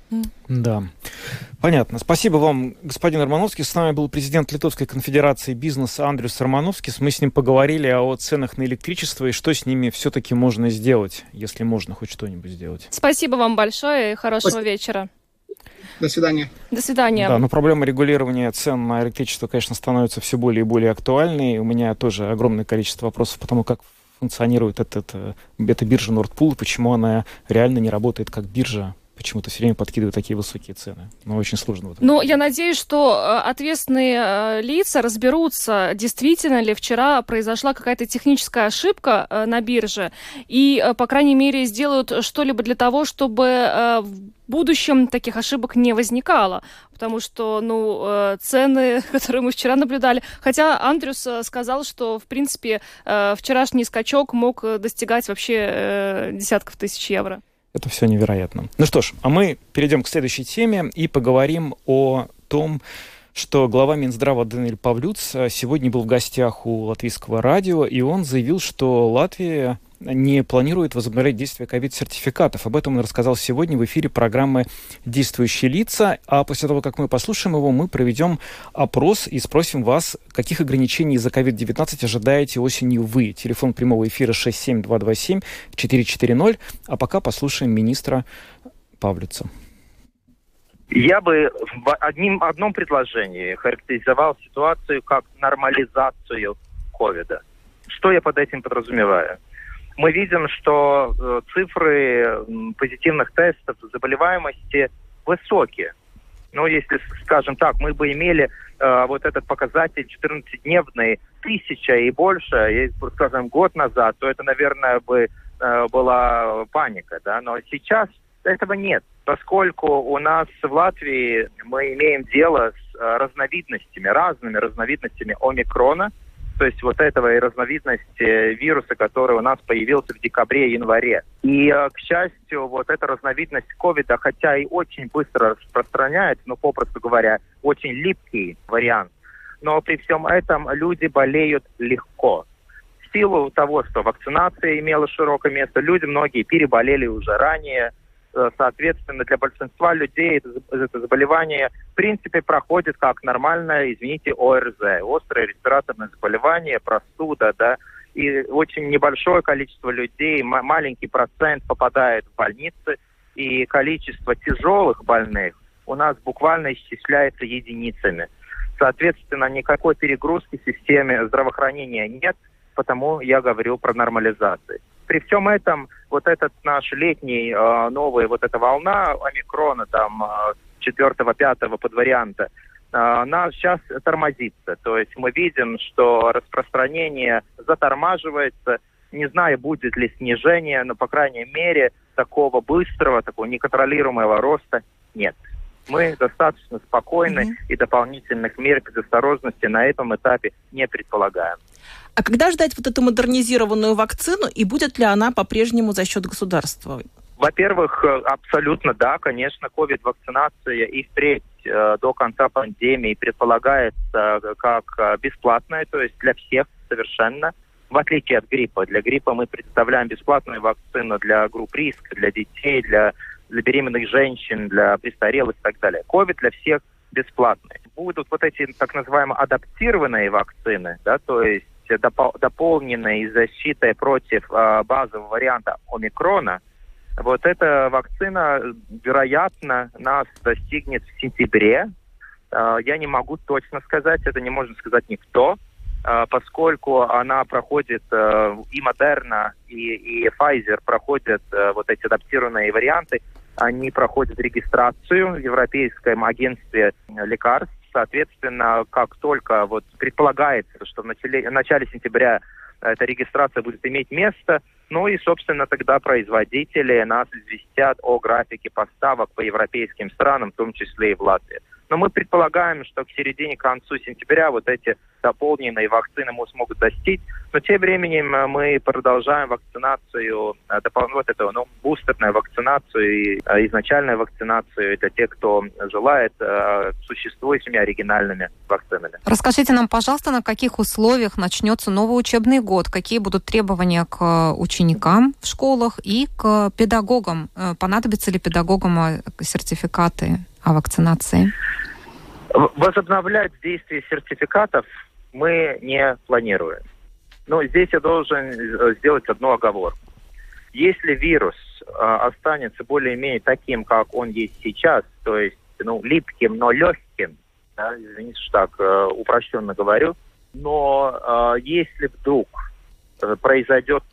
Да, понятно. Спасибо вам, господин Романовский. С нами был президент Литовской конфедерации бизнеса Андрюс Романовскис. Мы с ним поговорили о ценах на электричество и что с ними все-таки можно сделать, если можно хоть что-нибудь сделать. Спасибо вам большое и хорошего Спасибо. вечера. До свидания. До свидания. Да, но проблема регулирования цен на электричество, конечно, становится все более и более актуальной. У меня тоже огромное количество вопросов по тому, как функционирует этот, эта биржа Nord Pool, почему она реально не работает как биржа. почему-то все время подкидывают такие высокие цены. Но очень сложно. Вот ну, я надеюсь, что ответственные лица разберутся, действительно ли вчера произошла какая-то техническая ошибка на бирже, и, по крайней мере, сделают что-либо для того, чтобы в будущем таких ошибок не возникало. Потому что, ну, цены, которые мы вчера наблюдали... Хотя Андрюс сказал, что, в принципе, вчерашний скачок мог достигать вообще десятков тысяч евро. Это все невероятно. Ну что ж, а мы перейдем к следующей теме и поговорим о том, что глава Минздрава Даниэль Павлюц сегодня был в гостях у Латвийского радио, и он заявил, что Латвия не планирует возобновлять действие ковид-сертификатов. Об этом он рассказал сегодня в эфире программы «Действующие лица». А после того, как мы послушаем его, мы проведем опрос и спросим вас, каких ограничений из-за ковид девятнадцать ожидаете осенью вы. Телефон прямого эфира шесть семь два два семь четыре четыре ноль. А пока послушаем министра Павлюца. Я бы в одним, одном предложении характеризовал ситуацию как нормализацию ковида. Что я под этим подразумеваю? Мы видим, что э, цифры позитивных тестов, заболеваемости высокие. Ну, если, скажем так, мы бы имели э, вот этот показатель четырнадцатидневный, тысяча и больше, если, скажем, год назад, то это, наверное, бы э, была паника, да, но сейчас этого нет, поскольку у нас в Латвии мы имеем дело с э, разновидностями, разными разновидностями омикрона, то есть вот этого и разновидности вируса, который у нас появился в декабре-январе. И, к счастью, вот эта разновидность ковида, хотя и очень быстро распространяется, но, попросту говоря, очень липкий вариант, но при всем этом люди болеют легко. В силу того, что вакцинация имела широкое место, люди многие переболели уже ранее. Соответственно, для большинства людей это, это заболевание в принципе проходит как нормальное, извините, ОРЗ, острое респираторное заболевание, простуда, да, и очень небольшое количество людей, м- маленький процент попадает в больницы, и количество тяжелых больных у нас буквально исчисляется единицами. Соответственно, никакой перегрузки в системе здравоохранения нет, потому я говорю про нормализацию. При всем этом вот этот наш летний э, новый, вот эта волна омикрона, там, э, четвертого-пятого подварианта, э, она сейчас тормозится. То есть мы видим, что распространение затормаживается. Не знаю, будет ли снижение, но, по крайней мере, такого быстрого, такого неконтролируемого роста нет. Мы достаточно спокойны mm-hmm. и дополнительных мер предосторожности на этом этапе не предполагаем. А когда ждать вот эту модернизированную вакцину, и будет ли она по-прежнему за счет государства? Во-первых, абсолютно да, конечно, ковид-вакцинация и впредь э, до конца пандемии предполагается как бесплатная, то есть для всех совершенно, в отличие от гриппа. Для гриппа мы предоставляем бесплатную вакцину для групп риска, для детей, для, для беременных женщин, для престарелых и так далее. Ковид для всех бесплатный. Будут вот эти так называемые адаптированные вакцины, да, то есть Допол- дополненной защитой против э, базового варианта омикрона. Вот эта вакцина, вероятно, нас достигнет в сентябре. Э, я не могу точно сказать, это не может сказать никто, э, поскольку она проходит, э, и Moderna, и, и Pfizer проходят э, вот эти адаптированные варианты, они проходят регистрацию в Европейском агентстве лекарств. Соответственно, как только вот предполагается, что в начале, в начале сентября эта регистрация будет иметь место, ну и, собственно, тогда производители нас известят о графике поставок по европейским странам, в том числе и в Латвии. Но мы предполагаем, что к середине, к концу сентября вот эти дополненные вакцины мы смогут достичь. Но тем временем мы продолжаем вакцинацию, вот эту, ну, бустерную вакцинацию и изначальную вакцинацию для тех, кто желает, существующими оригинальными вакцинами. Расскажите нам, пожалуйста, на каких условиях начнется новый учебный год? Какие будут требования к ученикам в школах и к педагогам? Понадобятся ли педагогам сертификаты о вакцинации? Возобновлять действие сертификатов мы не планируем. Но здесь я должен сделать одну оговорку. Если вирус э, останется более-менее таким, как он есть сейчас, то есть ну, липким, но легким, да, извините, что так э, упрощенно говорю, но э, если вдруг э, произойдет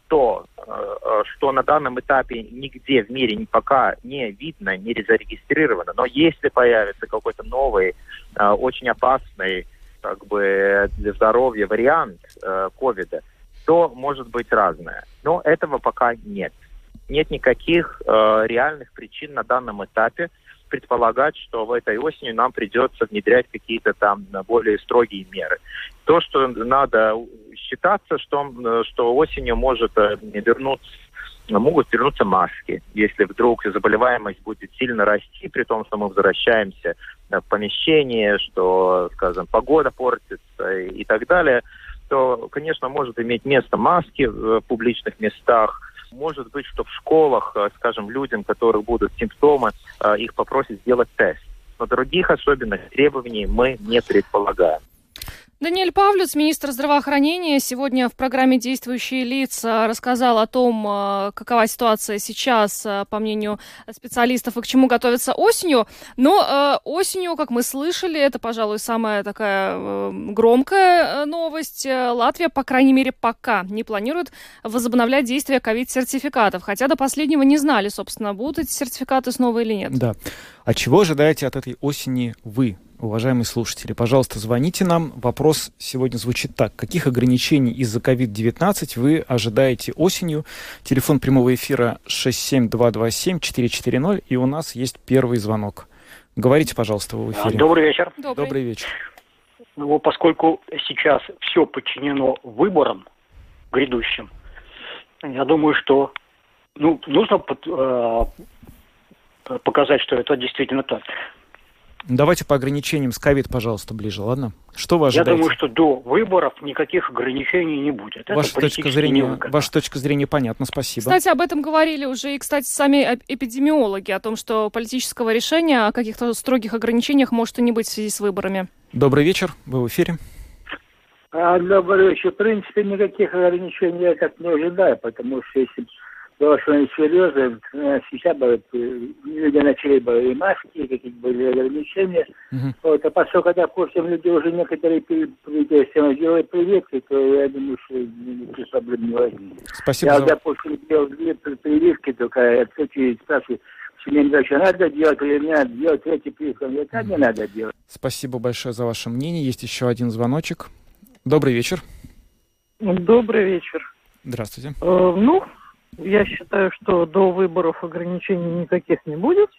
то, что на данном этапе нигде в мире пока не видно, не зарегистрировано, но если появится какой-то новый, очень опасный, как бы для здоровья вариант ковида, то может быть разное. Но этого пока нет. Нет никаких реальных причин на данном этапе предполагать, что в этой осенью нам придется внедрять какие-то там более строгие меры. То, что надо считаться, что, что осенью может вернуться, могут вернуться маски, если вдруг заболеваемость будет сильно расти, при том, что мы возвращаемся в помещение, что, скажем, погода портится и так далее, то, конечно, может иметь место маски в публичных местах. Может быть, что в школах, скажем, людям, у которых будут симптомы, их попросят сделать тест. Но других особенных требований мы не предполагаем. Даниэль Павлюц, министр здравоохранения, сегодня в программе «Действующие лица» рассказал о том, какова ситуация сейчас, по мнению специалистов, и к чему готовится осенью. Но осенью, как мы слышали, это, пожалуй, самая такая громкая новость. Латвия, по крайней мере, пока не планирует возобновлять действие ковид-сертификатов. Хотя до последнего не знали, собственно, будут эти сертификаты снова или нет. Да. А чего ожидаете от этой осени вы, уважаемые слушатели? Пожалуйста, звоните нам. Вопрос сегодня звучит так. Каких ограничений из-за ковид девятнадцать вы ожидаете осенью? Телефон прямого эфира шесть семь два два семь четыре четыре ноль. И у нас есть первый звонок. Говорите, пожалуйста, вы в эфире. Добрый вечер. Добрый, Добрый вечер. Ну, поскольку сейчас все подчинено выборам грядущим, я думаю, что ну, нужно под, э, показать, что это действительно так. Давайте по ограничениям с ковид, пожалуйста, ближе, ладно? Что вы ожидаете? Я думаю, что до выборов никаких ограничений не будет. Ваша точка зрения, ваша точка зрения понятна, спасибо. Кстати, об этом говорили уже и, кстати, сами эпидемиологи, о том, что политического решения о каких-то строгих ограничениях может и не быть в связи с выборами. Добрый вечер, вы в эфире. А, добрый вечер. В принципе, никаких ограничений я как не ожидаю, потому что если было что-нибудь серьезное, сейчас бы люди начали бы и маски, и какие-то были ограничения. Uh-huh. Вот, а поскольку, допустим, люди уже некоторые делают прививки, то я думаю, что никаких проблем не возникнет. Спасибо. Я, за... допустим, делал две прививки, только я все-таки спрашиваю, семейный врач, надо делать или не надо делать, третий прививку, это не надо делать. Спасибо большое за ваше мнение. Есть еще один звоночек. Добрый вечер. Добрый вечер. Здравствуйте. Э, ну, я считаю, что до выборов ограничений никаких не будет.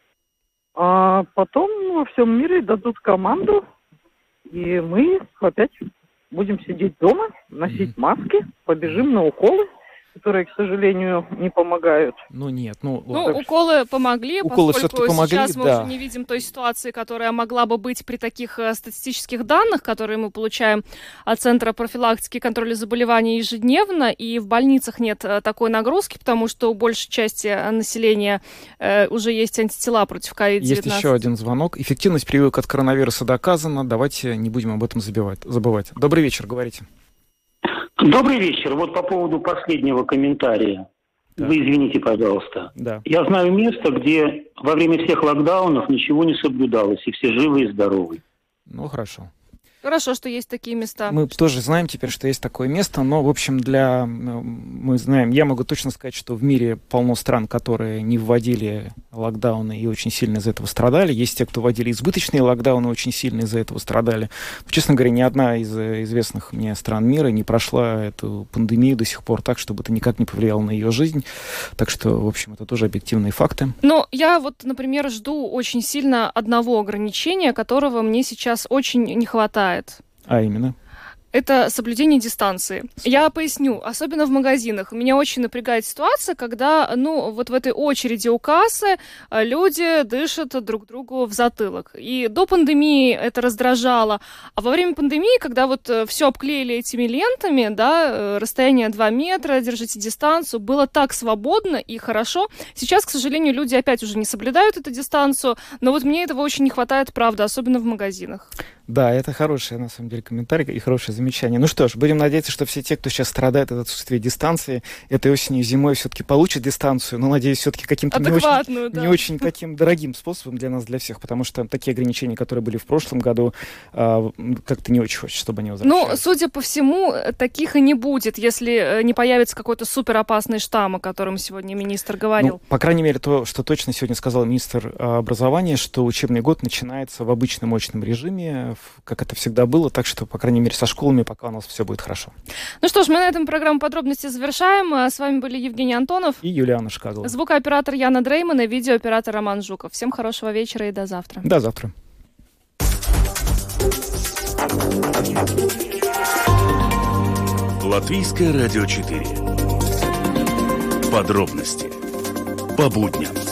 А потом во всем мире дадут команду, и мы опять будем сидеть дома, носить mm-hmm. маски, побежим на уколы, которые, к сожалению, не помогают. Ну нет, ну... Ну, ладно. Уколы помогли, уколы поскольку помогли, сейчас мы да. уже не видим той ситуации, которая могла бы быть при таких э, статистических данных, которые мы получаем от Центра профилактики и контроля заболеваний ежедневно, и в больницах нет э, такой нагрузки, потому что у большей части населения э, уже есть антитела против ковид девятнадцать. Есть еще один звонок. Эффективность прививок от коронавируса доказана. Давайте не будем об этом забивать, забывать. Добрый вечер, говорите. Добрый вечер. Вот по поводу последнего комментария. Да. Вы извините, пожалуйста. Да. Я знаю место, где во время всех локдаунов ничего не соблюдалось, и все живы и здоровы. Ну, хорошо. Хорошо, что есть такие места. Мы тоже знаем теперь, что есть такое место, но, в общем, для... Мы знаем, я могу точно сказать, что в мире полно стран, которые не вводили локдауны и очень сильно из-за этого страдали. Есть те, кто вводили избыточные локдауны, очень сильно из-за этого страдали. Но, честно говоря, ни одна из известных мне стран мира не прошла эту пандемию до сих пор так, чтобы это никак не повлияло на ее жизнь. Так что, в общем, это тоже объективные факты. Но я вот, например, жду очень сильно одного ограничения, которого мне сейчас очень не хватает. А именно? Это соблюдение дистанции. Я поясню, особенно в магазинах. Меня очень напрягает ситуация, когда, ну, вот в этой очереди у кассы люди дышат друг другу в затылок. И до пандемии это раздражало. А во время пандемии, когда вот все обклеили этими лентами, да, расстояние два метра, держите дистанцию, было так свободно и хорошо. Сейчас, к сожалению, люди опять уже не соблюдают эту дистанцию, но вот мне этого очень не хватает, правда, особенно в магазинах. Да, это хороший, на самом деле, комментарий и хорошее замечание. Ну что ж, будем надеяться, что все те, кто сейчас страдает от отсутствия дистанции, этой осенью и зимой все-таки получат дистанцию, но, надеюсь, все-таки каким-то не очень, да. не очень таким дорогим способом для нас, для всех, потому что такие ограничения, которые были в прошлом году, как-то не очень хочется, чтобы они возвращались. Ну, судя по всему, таких и не будет, если не появится какой-то суперопасный штамм, о котором сегодня министр говорил. Ну, по крайней мере, то, что точно сегодня сказал министр образования, что учебный год начинается в обычном очном режиме, как это всегда было, так что, по крайней мере, со школами пока у нас все будет хорошо. Ну что ж, мы на этом программу подробности завершаем. С вами были Евгений Антонов и Юлиана Шкагла. Звукооператор Яна Дрейман и видеооператор Роман Жуков. Всем хорошего вечера и до завтра. До завтра. Латвийское радио четыре. Подробности по будням.